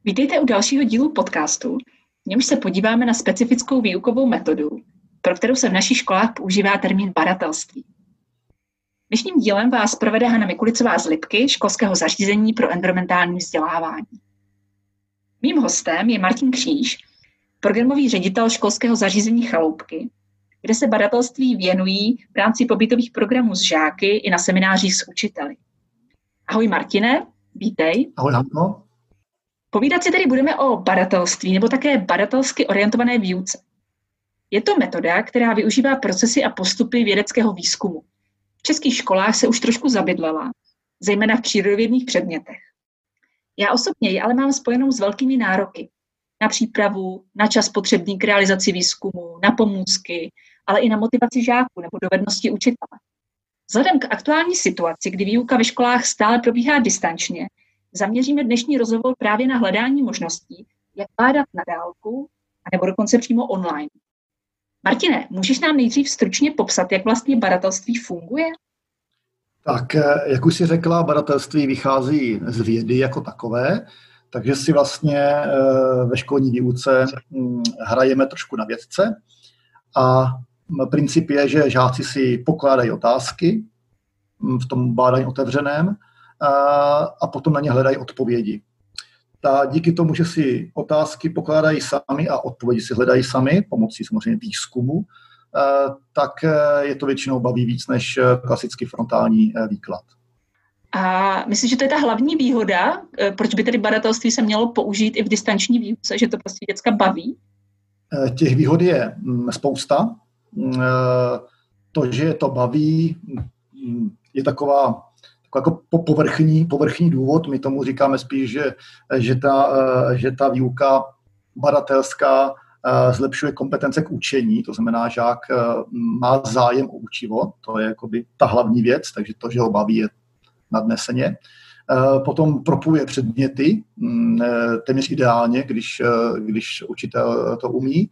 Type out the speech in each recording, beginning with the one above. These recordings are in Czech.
Vítejte u dalšího dílu podcastu, v němž se podíváme na specifickou výukovou metodu, pro kterou se v našich školách používá termín badatelství. Dnešním dílem vás provede Hana Mikulicová z Lipky, školského zařízení pro environmentální vzdělávání. Mým hostem je Martin Kříž, programový ředitel školského zařízení Chaloupky, kde se badatelství věnují v rámci pobytových programů s žáky i na seminářích s učiteli. Ahoj Martine, vítej. Ahoj Hanno. Povídat si tedy budeme o badatelství nebo také badatelsky orientované výuce. Je to metoda, která využívá procesy a postupy vědeckého výzkumu. V českých školách se už trošku zabydlela, zejména v přírodovědných předmětech. Já osobně ji ale mám spojenou s velkými nároky na přípravu, na čas potřebný k realizaci výzkumu, na pomůcky, ale i na motivaci žáků nebo dovednosti učitele. Vzhledem k aktuální situaci, kdy výuka ve školách stále probíhá distančně, zaměříme dnešní rozhovor právě na hledání možností, jak bádat na dálku, anebo dokonce přímo online. Martine, můžeš nám nejdřív stručně popsat, jak vlastně badatelství funguje? Tak, jak už jsi řekla, badatelství vychází z vědy jako takové, takže si vlastně ve školní výuce hrajeme trošku na vědce a princip je, že žáci si pokládají otázky v tom bádání otevřeném a potom na ně hledají odpovědi. Díky tomu, že si otázky pokládají sami a odpovědi si hledají sami, pomocí samozřejmě výzkumu, tak je to většinou baví víc než klasický frontální výklad. A myslím, že to je ta hlavní výhoda, proč by tedy badatelství se mělo použít i v distanční výuce, že to prostě děcka baví? Těch výhod je spousta. To, že to baví, je taková jako povrchní důvod. My tomu říkáme spíš, že ta výuka badatelská zlepšuje kompetence k učení, to znamená, žák má zájem o učivo, to je jakoby ta hlavní věc, takže to, že ho baví, je nadneseně. Potom propojuje předměty, téměř ideálně, když učitel to umí.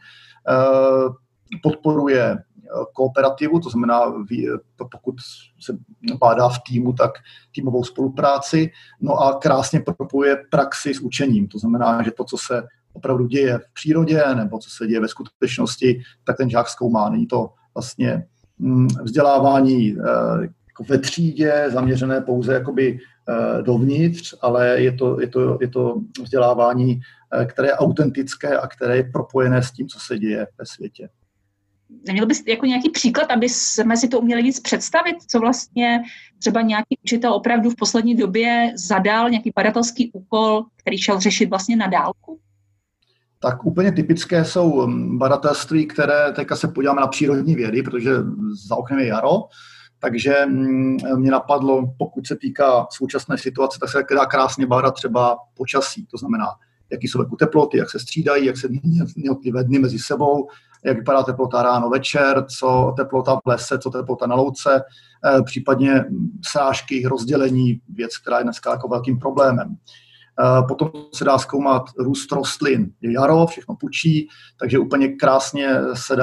Podporuje kooperativu, to znamená, pokud se bádá v týmu, tak týmovou spolupráci, no a krásně propojuje praxi s učením, to znamená, že to, co se opravdu děje v přírodě nebo co se děje ve skutečnosti, tak ten žák zkoumá. Není to vlastně vzdělávání jako ve třídě, zaměřené pouze jakoby dovnitř, ale je to vzdělávání, které je autentické a které je propojené s tím, co se děje ve světě. Neměl bys jako nějaký příklad, aby jsme si to uměli víc představit, co vlastně třeba nějaký učitel opravdu v poslední době zadal, nějaký badatelský úkol, který šel řešit vlastně na dálku? Tak úplně typické jsou badatelství, které teďka se podíváme na přírodní vědy, protože za oknem je jaro, takže mě napadlo, pokud se týká současné situace, tak se dá krásně bádat třeba počasí, to znamená, jaký jsou jako teploty, jak se střídají, jak se jednotlivé dny mezi sebou, jak vypadá teplota ráno, večer, co teplota v lese, co teplota na louce, případně srážky, rozdělení, věc, která je dneska jako velkým problémem. Potom se dá zkoumat růst rostlin. Je jaro, všechno pučí, takže úplně krásně se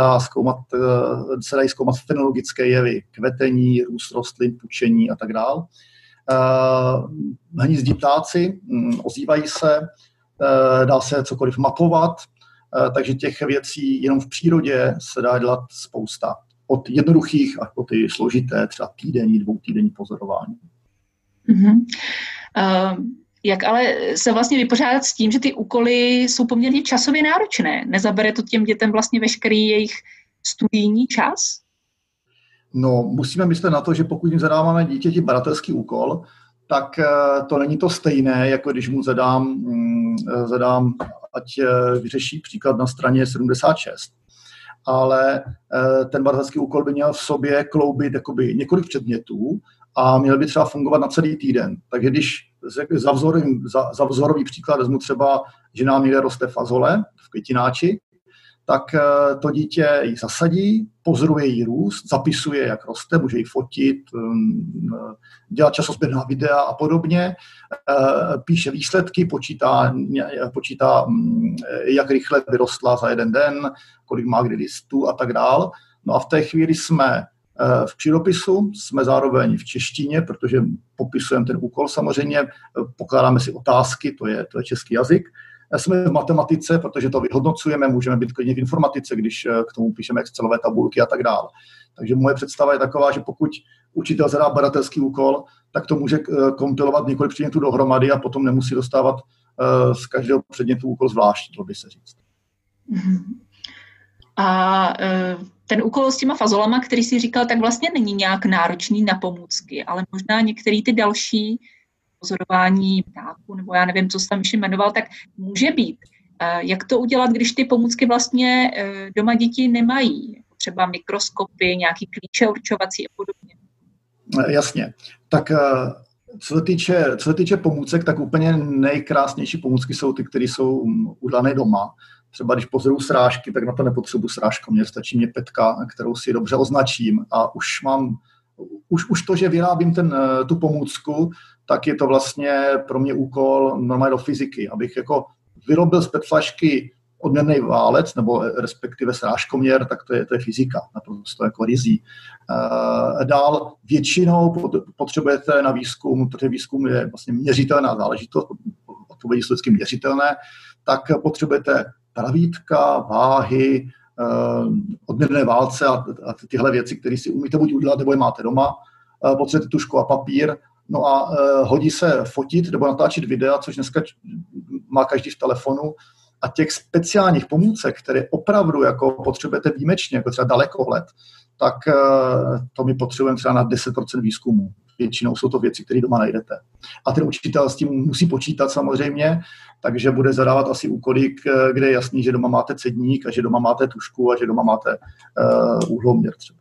dají zkoumat fenologické jevy, kvetení, růst rostlin, pučení a tak dále. Hnízdí ptáci, ozývají se, dá se cokoliv mapovat, takže těch věcí jenom v přírodě se dá dělat spousta. Od jednoduchých až po ty složité, třeba týdenní, dvoutýdenní pozorování. Mm-hmm. Jak ale se vlastně vypořádat s tím, že ty úkoly jsou poměrně časově náročné? Nezabere to těm dětem vlastně veškerý jejich studijní čas? No, musíme myslet na to, že pokud jim zadáváme dítěti badatelský úkol, tak to není to stejné, jako když mu zadám, ať vyřeší příklad na straně 76. Ale ten badatelský úkol by měl v sobě kloubit jakoby několik předmětů a měl by třeba fungovat na celý týden. Takže když za vzorový příklad vezmu třeba, že nám někde roste fazole v květináči, tak to dítě ji zasadí, pozoruje jí růst, zapisuje, jak roste, může ji fotit, dělat časozběrná videa a podobně, píše výsledky, počítá, jak rychle vyrostla za jeden den, kolik má kdy listů a tak dál. No a v té chvíli jsme v přírodopisu, jsme zároveň v češtině, protože popisujeme ten úkol samozřejmě, pokládáme si otázky, to je český jazyk, jsme v matematice, protože to vyhodnocujeme, můžeme být klidně v informatice, když k tomu píšeme excelové tabulky a tak dále. Takže moje představa je taková, že pokud učitel zadá badatelský úkol, tak to může kompilovat několik předmětů dohromady a potom nemusí dostávat z každého předmětu úkol zvlášť, to by se říct. A ten úkol s těma fazolama, který jsi říkal, tak vlastně není nějak náročný na pomůcky, ale možná některé ty další pozorování ptáků, nebo já nevím, co jsi tam ještě jmenoval, tak může být. Jak to udělat, když ty pomůcky vlastně doma děti nemají? Třeba mikroskopy, nějaký klíče určovací a podobně. Jasně. Tak co se týče pomůcek, tak úplně nejkrásnější pomůcky jsou ty, které jsou udělané doma. Třeba když pozoruju srážky, tak na to nepotřebuji srážkoměr, stačí mě petka, kterou si dobře označím a už to, že vyrábím tu pomůcku, tak je to vlastně pro mě úkol normálně do fyziky, abych jako vyrobil z petflašky odměrný válec, nebo respektive srážkoměr, tak to je fyzika, naprosto jako rizí. Dál většinou potřebujete na výzkum, protože výzkum je vlastně měřitelná záležitost, odpovědi jsou vždycky měřitelné, tak potřebujete pravítka, váhy, odměrné válce a tyhle věci, které si umíte buď udělat, nebo je máte doma. Potřebujete tužku a papír. No a hodí se fotit nebo natáčet videa, což dneska má každý v telefonu. A těch speciálních pomůcek, které opravdu jako potřebujete výjimečně, jako třeba dalekohled, tak to my potřebujeme třeba na 10% výzkumu. Většinou jsou to věci, které doma najdete. A ten učitel s tím musí počítat samozřejmě, takže bude zadávat asi úkoly, kde je jasný, že doma máte cedník a že doma máte tužku a že doma máte úhloměr třeba.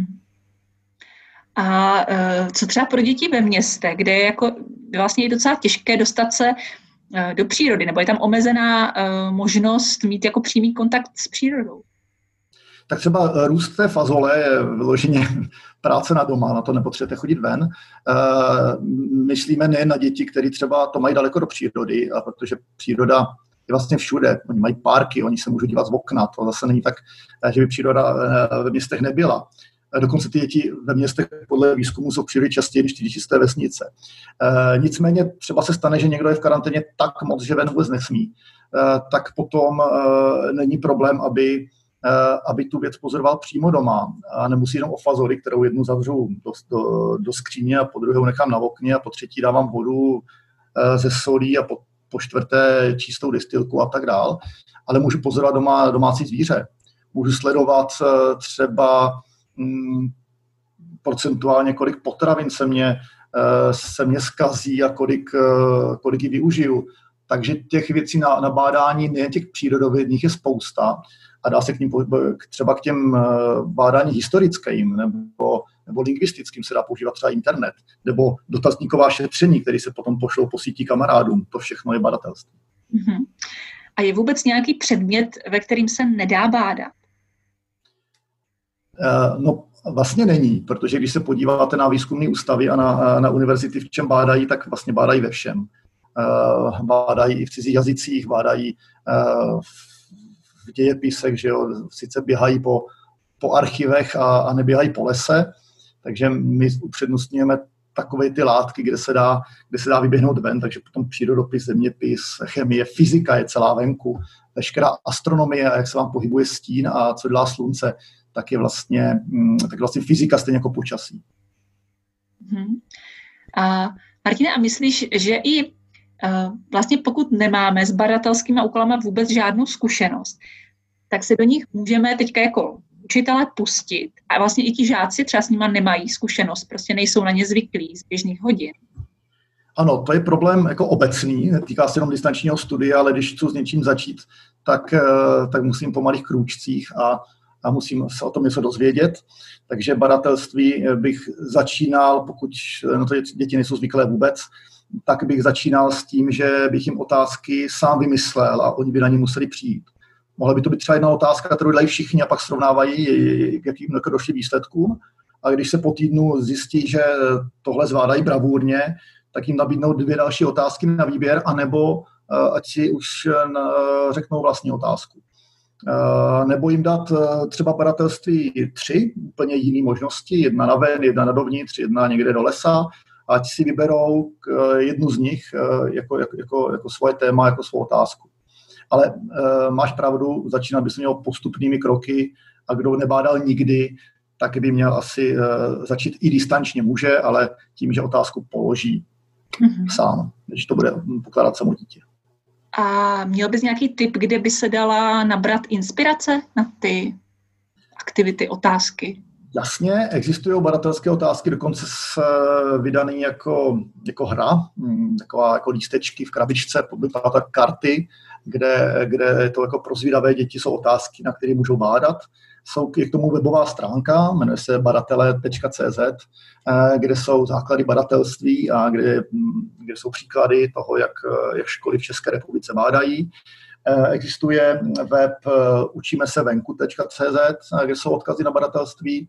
A co třeba pro děti ve městě, kde je jako vlastně je docela těžké dostat se do přírody, nebo je tam omezená možnost mít jako přímý kontakt s přírodou? Tak třeba růst té fazole je vyloženě práce na doma, na to nepotřebujete chodit ven. Myslíme nejen na děti, které třeba to mají daleko do přírody, a protože příroda je vlastně všude. Oni mají parky, oni se můžou dívat z okna, to zase není tak, že by příroda ve městech nebyla. Dokonce ty děti ve městech podle výzkumu jsou příliš častěji než ty děti z té vesnice. Nicméně třeba se stane, že někdo je v karanténě tak moc, že ven vůbec nesmí. Tak potom není problém, aby tu věc pozoroval přímo doma. A nemusí jenom o fazoli, kterou jednu zavřu do skříně a po druhou nechám na okně a po třetí dávám vodu ze solí a po čtvrté čistou distilku a tak dál. Ale můžu pozorovat doma domácí zvíře. Můžu sledovat třeba procentuálně, kolik potravin se mě zkazí a kolik ji využiju. Takže těch věcí na bádání, nejen těch přírodovědných, je spousta a dá se k ním třeba k těm bádání historickým nebo lingvistickým se dá používat třeba internet, nebo dotazníková šetření, které se potom pošlou po síti kamarádům. To všechno je badatelství. A je vůbec nějaký předmět, ve kterým se nedá bádat? No vlastně není, protože když se podíváte na výzkumné ústavy a na univerzity, v čem bádají, tak vlastně bádají ve všem. Bádají i v cizích jazycích, bádají v dějepisech, že jo, sice běhají po archivech a neběhají po lese, takže my upřednostňujeme takové ty látky, kde se dá vyběhnout ven, takže potom přírodopis, zeměpis, chemie, fyzika je celá venku, veškerá astronomie, jak se vám pohybuje stín a co dělá slunce, tak je vlastně fyzika stejně jako počasí. Martine, a myslíš, že i vlastně pokud nemáme s badatelskými úkolama vůbec žádnou zkušenost, tak se do nich můžeme teďka jako učitelé pustit a vlastně i ti žáci třeba s nima nemají zkušenost, prostě nejsou na ně zvyklí z běžných hodin. Ano, to je problém jako obecný, netýká se jenom distančního studia, ale když chci s něčím začít, tak musím po malých krůčcích a musím se o tom něco dozvědět. Takže badatelství bych začínal, pokud na to děti nejsou zvyklé vůbec, tak bych začínal s tím, že bych jim otázky sám vymyslel a oni by na ně museli přijít. Mohla by to být třeba jedna otázka, kterou dělají všichni a pak srovnávají, k jakým došli výsledkům. A když se po týdnu zjistí, že tohle zvládají bravurně, tak jim nabídnou 2 další otázky na výběr, anebo ať si už řeknou vlastní otázku. Nebo jim dát třeba badatelství 3 úplně jiné možnosti, 1 na ven, 1 na dovnitř, 1 někde do lesa, ať si vyberou jednu z nich jako svoje téma, jako svou otázku. Ale máš pravdu, začínat by se mělo postupnými kroky a kdo nebádal nikdy, tak by měl asi začít i distančně může, ale tím, že otázku položí sám, když to bude pokládat samo dítě. A měl bys nějaký tip, kde by se dala nabrat inspirace na ty aktivity, otázky? Jasně, existují badatelské otázky, dokonce vydaný jako hra, taková jako lístečky v krabičce, vypadá tak karty, kde to jako pro zvídavé děti jsou otázky, na které můžou bádat. Je k tomu webová stránka, jmenuje se badatele.cz, kde jsou základy badatelství a kde jsou příklady toho, jak školy v České republice bádají. Existuje web učimesevenku.cz, kde jsou odkazy na badatelství.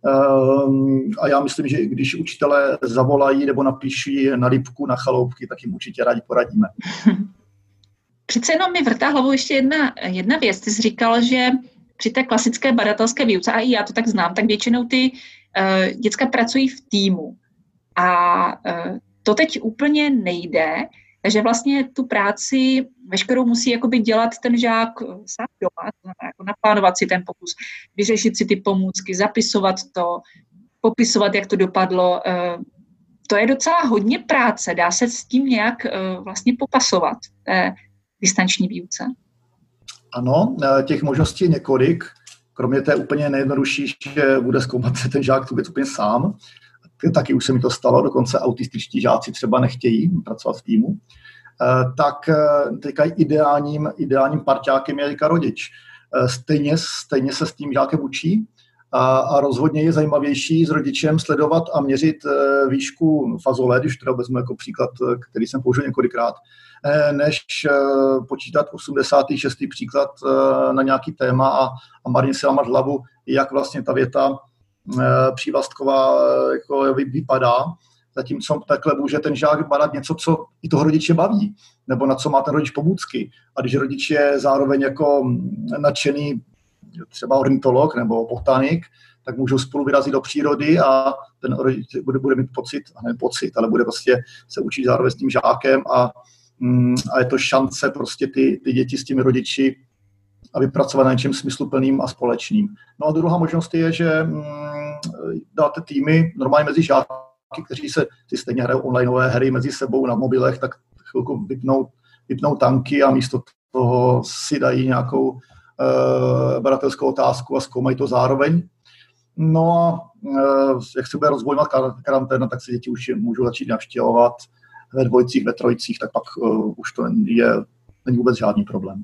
A já myslím, že když učitelé zavolají nebo napíší na lípku, na chaloupky, tak jim určitě rádi poradíme. Přece jenom mi vrtá hlavou ještě jedna věc. Ty jsi říkal, že při té klasické badatelské výuce, a i já to tak znám, tak většinou ty děcka pracují v týmu. A to teď úplně nejde, takže vlastně tu práci veškerou musí jakoby dělat ten žák sám doma, to znamená jako naplánovat si ten pokus, vyřešit si ty pomůcky, zapisovat to, popisovat, jak to dopadlo. To je docela hodně práce, dá se s tím nějak vlastně popasovat té distanční výuce. Ano, těch možností je několik, kromě té úplně nejjednodušší, že bude zkoumat ten žák tu věc úplně sám. Taky už se mi to stalo, dokonce autističtí žáci třeba nechtějí pracovat v týmu. Tak teďka ideálním parťákem je teďka rodič. Stejně se s tím žákem učí a rozhodně je zajímavější s rodičem sledovat a měřit výšku fazole, když teda vezmu jako příklad, který jsem použil několikrát, než počítat 86. příklad na nějaký téma a marně si lámat hlavu, jak vlastně ta věta přívlastková jako vypadá, zatímco takhle může ten žák badat něco, co i toho rodiče baví, nebo na co má ten rodič pomůcky. A když rodič je zároveň jako nadšený třeba ornitolog nebo botanik, tak můžou spolu vyrazit do přírody a ten rodič bude mít pocit, ale bude prostě se učit zároveň s tím žákem a je to šance prostě ty děti s těmi rodiči a vypracovat na něčem smysluplným a společným. No a druhá možnost je, že dáte týmy normálně mezi žáky, kteří si stejně hrajou onlineové hry mezi sebou na mobilech, tak chvilku vypnou tanky a místo toho si dají nějakou badatelskou otázku a zkoumají to zároveň. No a jak se bude rozvolňovat karanténa, tak se děti už můžou začít navštěvovat ve dvojcích, ve trojcích, tak pak už to není vůbec žádný problém.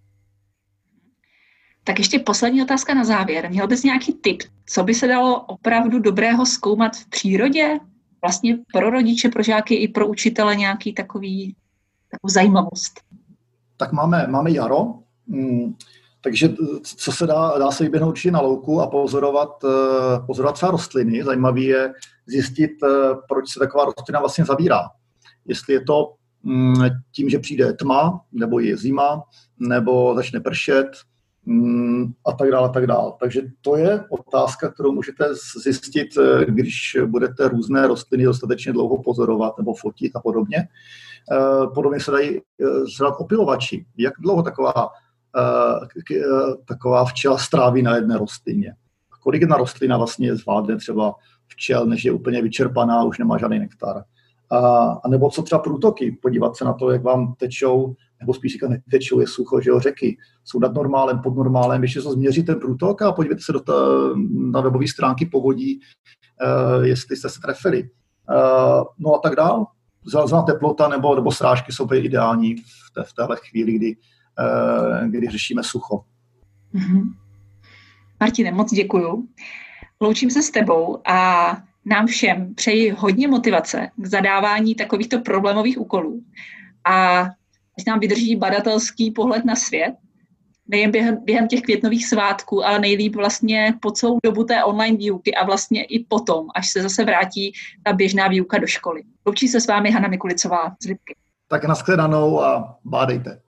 Tak ještě poslední otázka na závěr. Měl bys nějaký tip, co by se dalo opravdu dobrého zkoumat v přírodě? Vlastně pro rodiče, pro žáky i pro učitele nějaký takovou zajímavost. Tak máme jaro, takže co se dá se vyběhnout určitě na louku a pozorovat třeba rostliny. Zajímavý je zjistit, proč se taková rostlina vlastně zavírá. Jestli je to tím, že přijde tma, nebo je zima, nebo začne pršet, a tak dále. Takže to je otázka, kterou můžete zjistit, když budete různé rostliny dostatečně dlouho pozorovat nebo fotit a podobně. Podobně se dají zdat opylovači. Jak dlouho taková včela stráví na jedné rostlině? Kolik jedna rostlina vlastně zvládne třeba včel, než je úplně vyčerpaná, už nemá žádný nektar? A nebo co třeba průtoky, podívat se na to, jak vám tečou, nebo spíš říkat netečou, je sucho, že jo, řeky jsou nad normálem, pod normálem, když se změří ten průtok a podívejte se na webové stránky povodí, jestli jste se trefili. No a tak dál. Zelená teplota nebo srážky jsou ideální v téhle chvíli, kdy řešíme sucho. Mm-hmm. Martine, moc děkuju. Loučím se s tebou a nám všem přeji hodně motivace k zadávání takovýchto problémových úkolů. A ať nám vydrží badatelský pohled na svět, nejen během těch květnových svátků, ale nejlíp vlastně po celou dobu té online výuky a vlastně i potom, až se zase vrátí ta běžná výuka do školy. Loučí se s vámi Hana Mikulicová z Lipky. Tak nashledanou a bádejte.